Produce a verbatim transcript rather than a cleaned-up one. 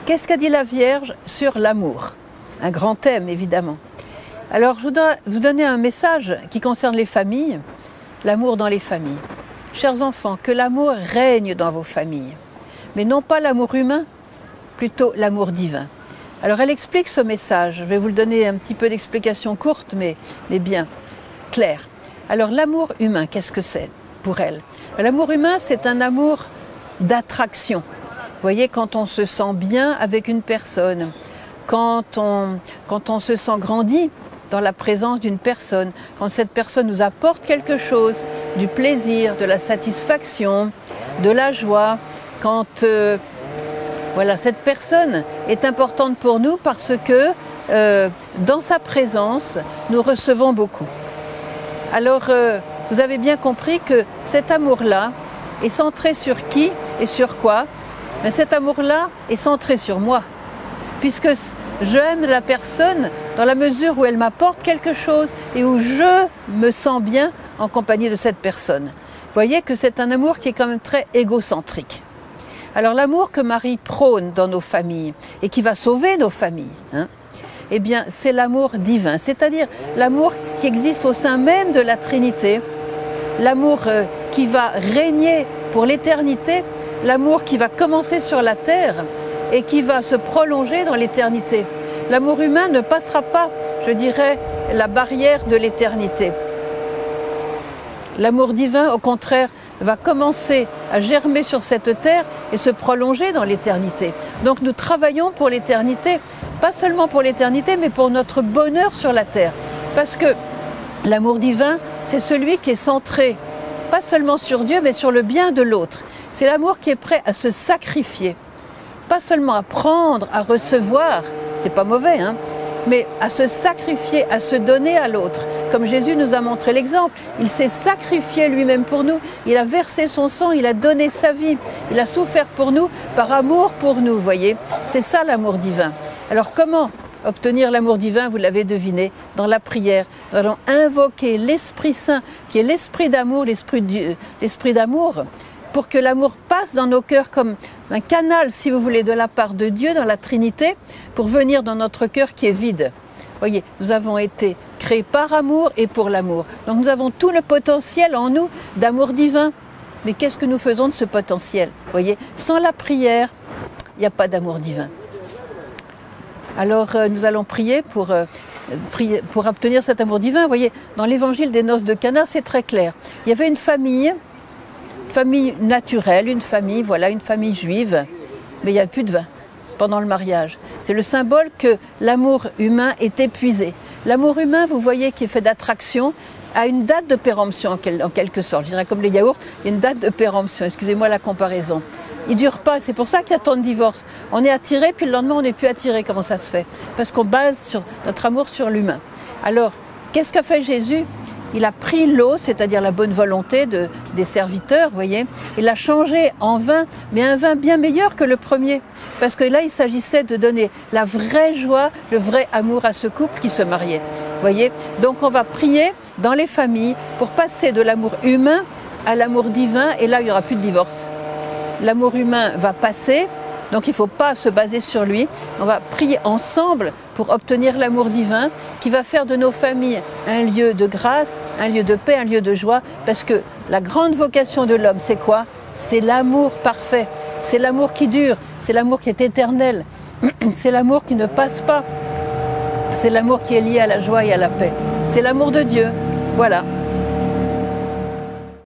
Qu'est-ce qu'a dit la Vierge sur l'amour? Un grand thème, évidemment. Alors, je voudrais vous donner un message qui concerne les familles, l'amour dans les familles. Chers enfants, que l'amour règne dans vos familles, mais non pas l'amour humain, plutôt l'amour divin. Alors, elle explique ce message. Je vais vous le donner un petit peu d'explication courte, mais, mais bien claire. Alors, l'amour humain, qu'est-ce que c'est pour elle? L'amour humain, c'est un amour d'attraction. Vous voyez, quand on se sent bien avec une personne, quand on, quand on se sent grandi dans la présence d'une personne, quand cette personne nous apporte quelque chose, du plaisir, de la satisfaction, de la joie, quand euh, voilà, cette personne est importante pour nous parce que euh, dans sa présence, nous recevons beaucoup. Alors, euh, vous avez bien compris que cet amour-là est centré sur qui et sur quoi? Mais cet amour-là est centré sur moi, puisque j'aime la personne dans la mesure où elle m'apporte quelque chose et où je me sens bien en compagnie de cette personne. Vous voyez que c'est un amour qui est quand même très égocentrique. Alors l'amour que Marie prône dans nos familles et qui va sauver nos familles, hein, eh bien c'est l'amour divin, c'est-à-dire l'amour qui existe au sein même de la Trinité, l'amour euh, qui va régner pour l'éternité, l'amour qui va commencer sur la terre et qui va se prolonger dans l'éternité. L'amour humain ne passera pas, je dirais, la barrière de l'éternité. L'amour divin, au contraire, va commencer à germer sur cette terre et se prolonger dans l'éternité. Donc nous travaillons pour l'éternité, pas seulement pour l'éternité, mais pour notre bonheur sur la terre. Parce que l'amour divin, c'est celui qui est centré, pas seulement sur Dieu, mais sur le bien de l'autre. C'est l'amour qui est prêt à se sacrifier, pas seulement à prendre, à recevoir, c'est pas mauvais, hein, mais à se sacrifier, à se donner à l'autre. Comme Jésus nous a montré l'exemple, il s'est sacrifié lui-même pour nous, il a versé son sang, il a donné sa vie, il a souffert pour nous, par amour pour nous, vous voyez. C'est ça l'amour divin. Alors comment obtenir l'amour divin? Vous l'avez deviné, dans la prière. Nous allons invoquer l'Esprit Saint, qui est l'Esprit d'amour, l'Esprit du- l'Esprit d'amour, pour que l'amour passe dans nos cœurs comme un canal, si vous voulez, de la part de Dieu dans la Trinité, pour venir dans notre cœur qui est vide. Voyez, nous avons été créés par amour et pour l'amour. Donc nous avons tout le potentiel en nous d'amour divin. Mais qu'est-ce que nous faisons de ce potentiel? Voyez, sans la prière, il n'y a pas d'amour divin. Alors euh, nous allons prier pour, euh, prier pour obtenir cet amour divin. Vous voyez, dans l'évangile des noces de Cana, c'est très clair. Il y avait une famille, une famille naturelle, une famille, voilà, une famille juive, mais il n'y a plus de vin pendant le mariage. C'est le symbole que l'amour humain est épuisé. L'amour humain, vous voyez, qui est fait d'attraction, a une date de péremption en, quel, en quelque sorte. Je dirais comme les yaourts, il y a une date de péremption, excusez-moi la comparaison. Il ne dure pas, c'est pour ça qu'il y a tant de divorces. On est attiré, puis le lendemain on n'est plus attiré. Comment ça se fait? Parce qu'on base sur notre amour sur l'humain. Alors, qu'est-ce qu'a fait Jésus? Il a pris l'eau, c'est-à-dire la bonne volonté de, des serviteurs, vous voyez, il l'a changé en vin, mais un vin bien meilleur que le premier. Parce que là, il s'agissait de donner la vraie joie, le vrai amour à ce couple qui se mariait. Vous voyez? Donc on va prier dans les familles pour passer de l'amour humain à l'amour divin, et là, il n'y aura plus de divorce. L'amour humain va passer, donc il ne faut pas se baser sur lui. On va prier ensemble pour obtenir l'amour divin qui va faire de nos familles un lieu de grâce, un lieu de paix, un lieu de joie. Parce que la grande vocation de l'homme, c'est quoi? C'est l'amour parfait, c'est l'amour qui dure, c'est l'amour qui est éternel, c'est l'amour qui ne passe pas, c'est l'amour qui est lié à la joie et à la paix. C'est l'amour de Dieu, voilà.